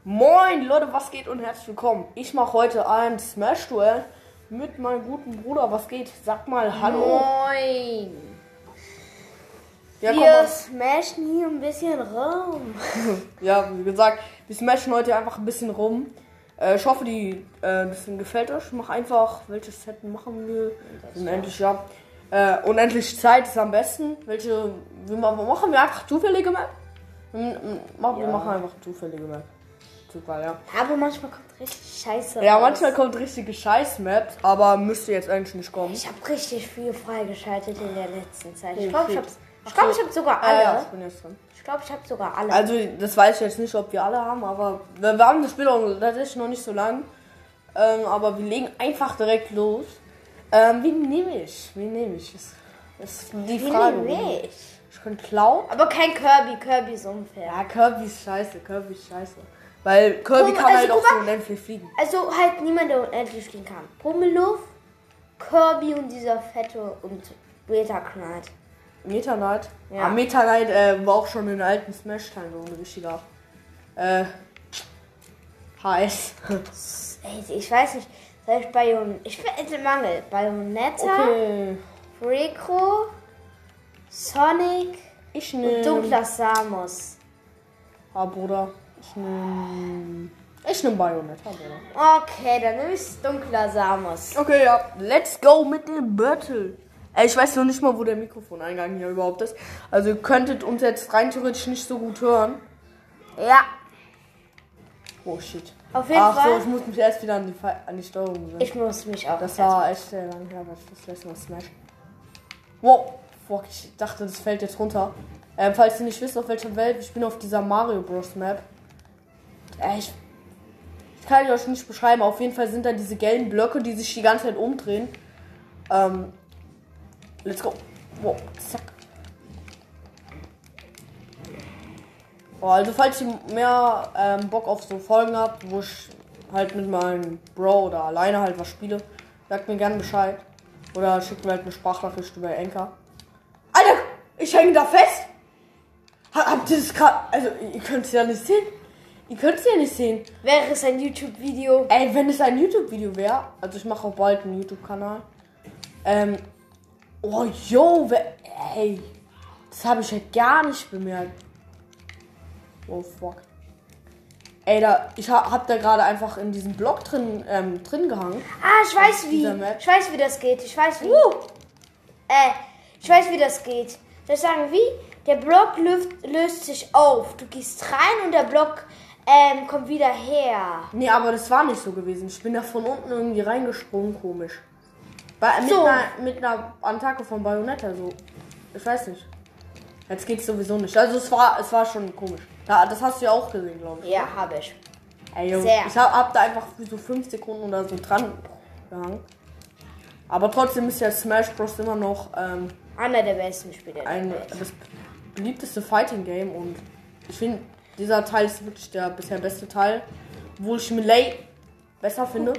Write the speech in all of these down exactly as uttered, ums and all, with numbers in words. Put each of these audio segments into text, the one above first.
Moin Leute, was geht und herzlich willkommen. Ich mache heute ein Smash-Duell mit meinem guten Bruder. Was geht? Sag mal hallo. Moin. Ja, wir smashen hier ein bisschen rum. Ja, wie gesagt, wir smashen heute einfach ein bisschen rum. Äh, ich hoffe, die, äh, das gefällt euch. Ich mach einfach, welches Set machen wir? Unendlich, ja. Äh, unendlich Zeit ist am besten. Welche, wir machen wir einfach zufällige Map? Wir machen, ja. wir machen einfach zufällige Map. Zufall, ja. Aber manchmal kommt richtig Scheiße. Ja, raus. manchmal kommt richtige Scheiß-Maps, aber müsste jetzt eigentlich nicht kommen. Ich habe richtig viel freigeschaltet in der letzten Zeit. Ich Oh, glaube, ich shit. habe ich glaub, ich hab sogar alle. Äh, ja, ich bin jetzt dran. Ich glaube, ich habe sogar alle. Also, das weiß ich jetzt nicht, ob wir alle haben, aber wir, wir haben das Spiel auch tatsächlich noch nicht so lang. Ähm, aber wir legen einfach direkt los. Ähm, wie nehme ich? Wie nehme ich? Das, das ist die Wie Frage. nehm ich? Ich könnte Cloud. Aber kein Kirby. Kirby ist unfair. Ja, Kirby ist scheiße. Kirby ist scheiße. Weil Kirby Guck, kann also, halt auch guck mal. so unendlich fliegen. Also halt niemand, der unendlich fliegen kann. Pummeluff, Kirby und dieser fette und Beta Knight. Meta Knight? Ja. Ah, Meta Knight äh, war auch schon in den alten Smash-Teilen so ein richtiger. Äh. H S. Ey, ich weiß nicht. Soll ich Bayon... Ich bin Mangel. Bayonetta, Okay. Rico, Sonic Ich und nehme. Dunkler Samus. Ah, Bruder. Ich nehme. Ich nehme Bayonetta, Bruder. Okay, dann nehme ich Dunkler Samus. Okay, ja. Let's go mit dem Battle. Ey, ich weiß noch nicht mal, wo der Mikrofoneingang hier überhaupt ist. Also, ihr könntet uns jetzt rein theoretisch nicht so gut hören. Ja, Oh, shit. auf jeden Ach so, Fall. ich muss mich erst wieder an die, Fe an die Steuerung gewöhnen. Ich muss mich auch. Das war echt sehr lang her, was das letzte Mal Smash. Wow, fuck, ich dachte, das fällt jetzt runter. Ähm, falls ihr nicht wisst, auf welcher Welt, ich bin auf dieser Mario Bros. Map. Äh, ich, ich kann ich euch nicht beschreiben. Auf jeden Fall sind da diese gelben Blöcke, die sich die ganze Zeit umdrehen. Ähm, let's go. Wow, zack. Oh, also falls ihr mehr ähm, Bock auf so Folgen habt, wo ich halt mit meinem Bro oder alleine halt was spiele, sagt mir gerne Bescheid. Oder schickt mir halt eine Sprachnachricht über Anchor. Alter, ich hänge da fest! Ha- Habt ihr das gerade... Also, ihr könnt es ja nicht sehen. Ihr könnt es ja nicht sehen. Wäre es ein YouTube-Video? Ey, wenn es ein YouTube-Video wäre, also ich mache auch bald einen YouTube-Kanal. Ähm, oh, yo, wer, ey, das habe ich ja gar nicht bemerkt. Oh, fuck. Ey, da, ich hab, hab da gerade einfach in diesem Block drin, ähm, drin gehangen. Ah, ich weiß wie. Dieser Map. Ich weiß, wie das geht. Ich weiß wie. Uh. Äh, ich weiß, wie das geht. Soll ich sagen, wie? Der Block löst, löst sich auf. Du gehst rein und der Block ähm, kommt wieder her. Nee, aber das war nicht so gewesen. Ich bin da von unten irgendwie reingesprungen, komisch. Bei, mit, So. einer, mit einer Attacke von Bayonetta, so. Ich weiß nicht. Jetzt geht's sowieso nicht. Also es war, es war schon komisch. Ja, das hast du ja auch gesehen, glaube ich. Ja, habe ich. Ey, Junge, Sehr. ich hab, hab da einfach für so fünf Sekunden oder so dran gehangen. Aber trotzdem ist ja Smash Bros. Immer noch ähm, Einer der besten Spiele. ein, das beliebteste Fighting Game und ich finde, dieser Teil ist wirklich der bisher beste Teil. Obwohl ich Melee besser finde.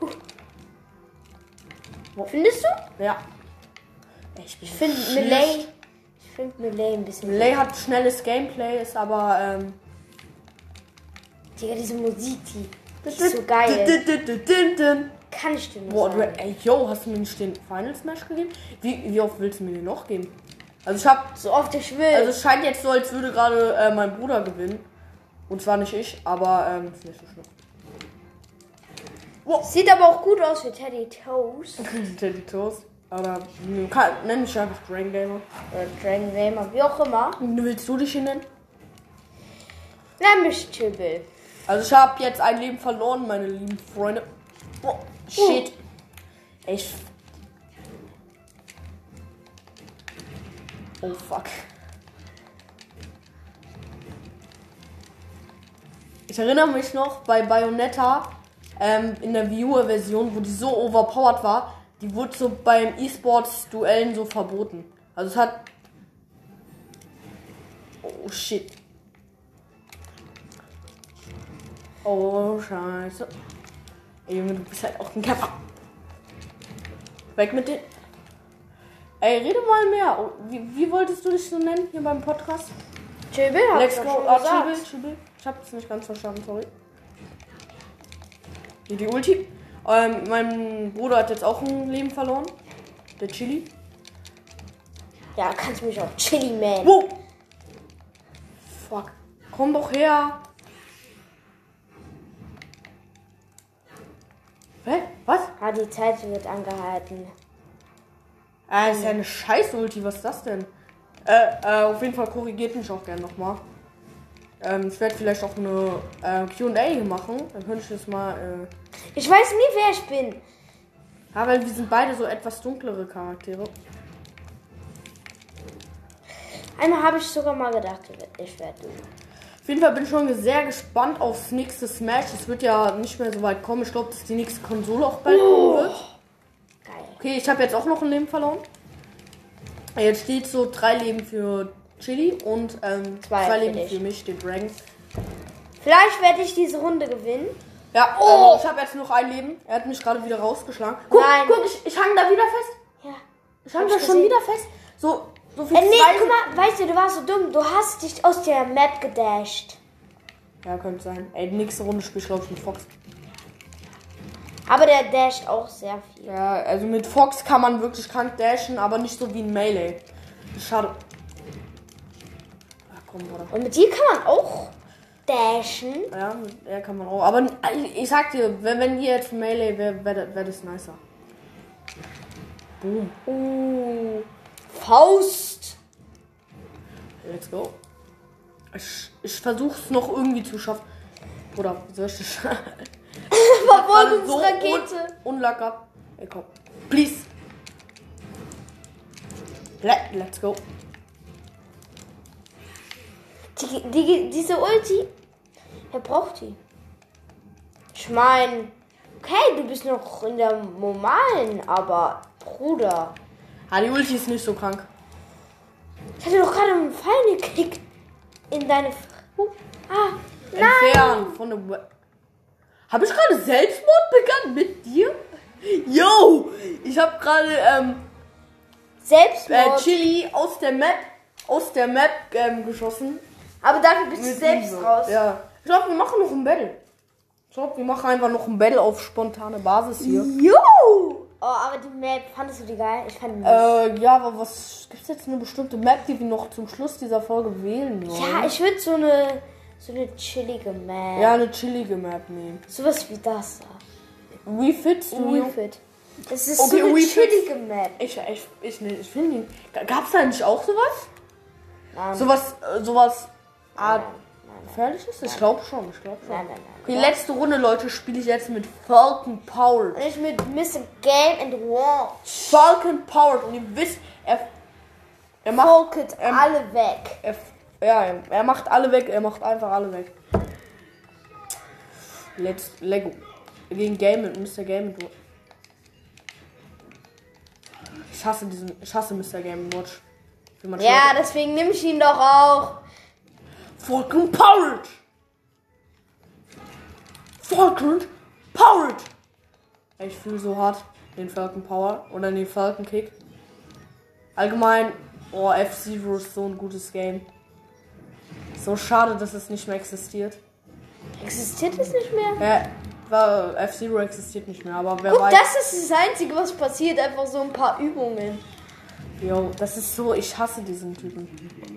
Findest du? Ja. Ey, ich bin Ich finde schlecht. Melee. Ich finde Melee ein bisschen. Melee hat schnelles Gameplay, ist aber ähm, Digga, diese Musik, die, die ist so geil. Kann ich dir nicht Boah, du, sagen. ey, yo, hast du mir nicht den Final Smash gegeben? Wie, wie oft willst du mir den noch geben? Also ich hab, So oft ich will. also es scheint jetzt so, als würde gerade äh, mein Bruder gewinnen. Und zwar nicht ich, aber ähm, ist nicht so schlimm. Sieht aber auch gut aus für Teddy Toast. Teddy Toast. Oder hm, kann, nenn mich einfach Dragon Gamer. Oder Dragon Gamer, wie auch immer. Wie willst du dich hier nennen? Nenn mich Chibbel. Also ich habe jetzt ein Leben verloren, meine lieben Freunde. Oh, shit. Ich. Oh fuck. Ich erinnere mich noch bei Bayonetta ähm, in der Wii U-Version, wo die so overpowered war, die wurde so beim E-Sports-Duellen so verboten. Also es hat. Oh shit. Oh scheiße. Ey Junge, du bist halt auch ein Kämpfer. Weg mit den. Ey, rede mal mehr. Oh, wie, wie wolltest du dich so nennen hier beim Podcast? Chibbel, hab Let's ich go. doch schon Ah, gesagt. Chibbel, Chibbel. Ich hab's nicht ganz verstanden, sorry. Hier die Ulti. Ähm, mein Bruder hat jetzt auch ein Leben verloren. Der Chili. Ja, kannst mich auch Chili Man. Wow. Fuck. Komm doch her. Hä? Was? Ah, die Zeit wird angehalten. Ah, das ist ja eine Scheiß-Ulti. Was ist das denn? Äh, äh, auf jeden Fall korrigiert mich auch gerne nochmal. Ähm, ich werde vielleicht auch eine äh, Q und A machen. Dann könnte ich das mal. Äh Ich weiß nie, wer ich bin. ja, weil wir sind beide so etwas dunklere Charaktere. Einmal habe ich sogar mal gedacht, ich werde du. Auf jeden Fall bin ich schon sehr gespannt aufs nächste Smash. Es wird ja nicht mehr so weit kommen. Ich glaube, dass die nächste Konsole auch bald kommen wird. Geil. Okay, ich habe jetzt auch noch ein Leben verloren. Jetzt steht so drei Leben für Chili und ähm, zwei, Zwei für Leben dich. für mich, den Dragon. Vielleicht werde ich diese Runde gewinnen. Ja, Oh. ähm, ich habe jetzt noch ein Leben. Er hat mich gerade wieder rausgeschlagen. Guck, Nein. guck, ich, ich hang da wieder fest. Ja. Ich hang Hab da ich schon gesehen. wieder fest. So, so viel Äh, nee, zwei- guck mal, weißt du, du warst so dumm. Du hast dich aus der Map gedasht. Ja, könnte sein. Ey, die nächste Runde spiele ich, glaube ich, mit Fox. Aber der dasht auch sehr viel. Ja, also mit Fox kann man wirklich krank dashen, aber nicht so wie in Melee. Schade. Ach komm, Bruder. Und mit dir kann man auch dashen. Ja, mit er kann man auch. Aber ich, ich sag dir, wenn, wenn hier jetzt Melee wäre, wäre wär das nicer. Boom. Uh, Faust. Let's go. Ich, ich versuch's noch irgendwie zu schaffen. Oder wie soll ich das schaffen? Verfolgungsrakete. Un Unlacker. Ey, komm. Please. Let, let's go. Die, die, diese Ulti, wer braucht die? Ich meine, okay, du bist noch in der normalen, aber Bruder. Ah, die Ulti ist nicht so krank. Ich hatte doch gerade einen Pfeil gekickt in deine... F uh, ah, nein. Entfernen von der We Habe ich gerade Selbstmord begangen mit dir? Yo! Ich habe gerade ähm, äh, Selbstmord. Chili aus der Map aus der Map ähm, geschossen. Aber dafür bist du Mit selbst Liebe. raus. Ja. Ich glaube, wir machen noch ein Battle. Ich glaube, wir machen einfach noch ein Battle auf spontane Basis hier. Jo! Oh, aber die Map, fandest du die geil? Ich fand die nicht. Äh, ja, aber was gibt's jetzt eine bestimmte Map, die wir noch zum Schluss dieser Folge wählen wollen? Ja, ich würde so eine so eine chillige Map. Ja, eine chillige Map nehmen. Sowas wie das da. Wie fitst du? Wii Fit. Das ist Okay, so eine Wii Fit. chillige Map. Ich, ich, ich, nee, ich will nicht. Gab's da nicht auch sowas? Nein. Sowas, äh, sowas Art Nein, nein, gefährliches? Ich glaube schon, ich glaube schon. nein, nein, nein. Die Ja. letzte Runde, Leute, spiele ich jetzt mit Falcon Powered. Und ich mit Mister Game and Watch. Falcon Powered. Und ihr wisst, er, er macht, Volket ähm, alle weg. er, ja, er, er macht alle weg. Er macht einfach alle weg. Let's Lego. Gegen Game und Mister Game and Watch. Ich hasse diesen, ich hasse Mister Game and Watch. Wie man Ja, schaut. deswegen nimm ich ihn doch auch. Falcon Powered! Falcon Powered! Ich fühle so hart den Falcon Power oder den Falcon Kick. Allgemein, oh, F-Zero ist so ein gutes Game. So schade, dass es nicht mehr existiert. Existiert es nicht mehr? Ja, war- F-Zero existiert nicht mehr, aber wer Guck, weiß. das ist das Einzige, was passiert. Einfach so ein paar Übungen. Yo, das ist so, ich hasse diesen Typen.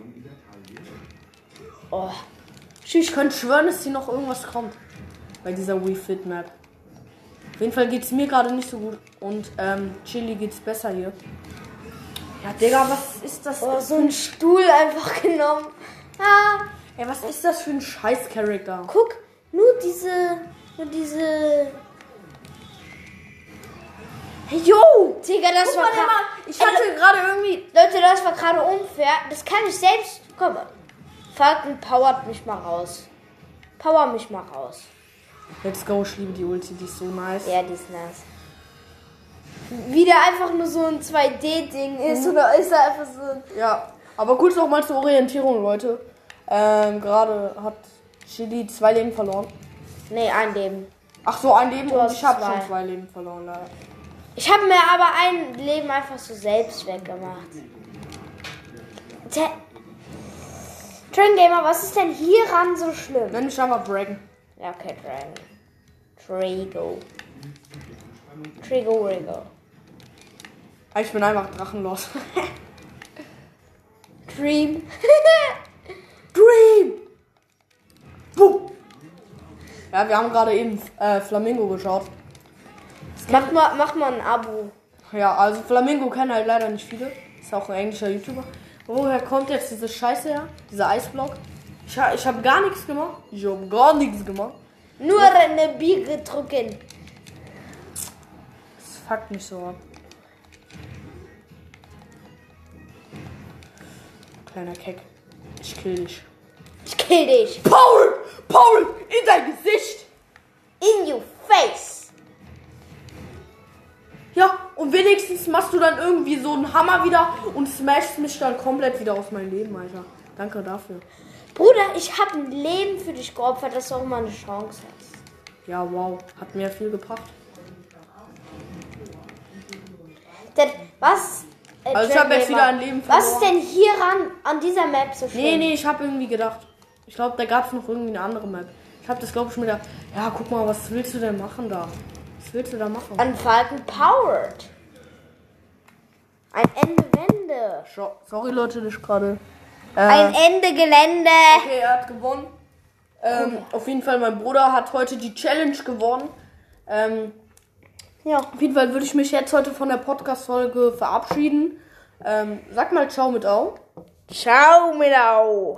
Oh. Ich könnte schwören, dass hier noch irgendwas kommt. Bei dieser Wii Fit Map. Auf jeden Fall geht es mir gerade nicht so gut. Und ähm, Chili geht's besser hier. Ja, Digga, was ist das? Oh, so ein Stuhl einfach genommen. Ah, Ey, was ist das für ein Scheiß-Charakter? guck, nur diese, nur diese... Jo, Digga, das Guck war mal, gerade... Digga, ich hatte gerade irgendwie... Leute, das war gerade unfair. Das kann ich selbst... Komm mal. Falcon powert mich mal raus. Power mich mal raus. Let's go, ich liebe die Ulti, die ist so nice. Ja, die ist nice. Wie der einfach nur so ein zwei D-Ding ist, oder ist er einfach so ein... Ja, aber kurz noch mal zur Orientierung, Leute. Ähm, gerade hat Chili zwei Leben verloren. Nee, ein Leben. Ach so, ein Leben Du und hast ich habe zwei. schon zwei Leben verloren, leider. Ich habe mir aber ein Leben einfach so selbst weggemacht. Tja. Train Gamer, was ist denn hieran so schlimm? Nenn mich einfach Dragon. Ja, okay, Dragon. Trigo. Trigo, Rigo. Ich bin einfach drachenlos. Dream. Dream! Boom! Ja, wir haben gerade eben äh, Flamingo geschaut. Mach mal, mach mal ein Abo. Ja, also Flamingo kennen halt leider nicht viele. Ist auch ein englischer YouTuber. Woher kommt jetzt diese Scheiße her? Dieser Eisblock? Ich, ha, ich habe gar nichts gemacht. Ich habe gar nichts gemacht. Nur eine Bier getrunken. Das fuckt mich so ab. Kleiner Keck. Ich kill dich. Ich kill dich. Paul! Paul! In dein Gesicht! In your face. Ja, und wenigstens machst du dann irgendwie so einen Hammer wieder und smashst mich dann komplett wieder aus meinem Leben, Alter. Danke dafür. Bruder, ich habe ein Leben für dich geopfert, dass du auch mal eine Chance hast. Ja, wow. Hat mir viel gebracht. Denn was... Äh, Also ich habe jetzt wieder ein Leben Was ist verloren. denn hieran an dieser Map so schlimm? Nee, nee, ich habe irgendwie gedacht. Ich glaube, da gab es noch irgendwie eine andere Map. Ich habe das, glaube ich, mir gedacht. Ja, guck mal, was willst du denn machen da? Was willst du da machen? Ein Falcon Powered. Ein Ende Wende. Scho- Sorry, Leute, das gerade. Äh, Ein Ende Gelände. Okay, er hat gewonnen. Ähm, auf jeden Fall, mein Bruder hat heute die Challenge gewonnen. Ähm, Ja. auf jeden Fall würde ich mich jetzt heute von der Podcast-Folge verabschieden. Ähm, sag mal ciao mit Au. Ciao, Miau.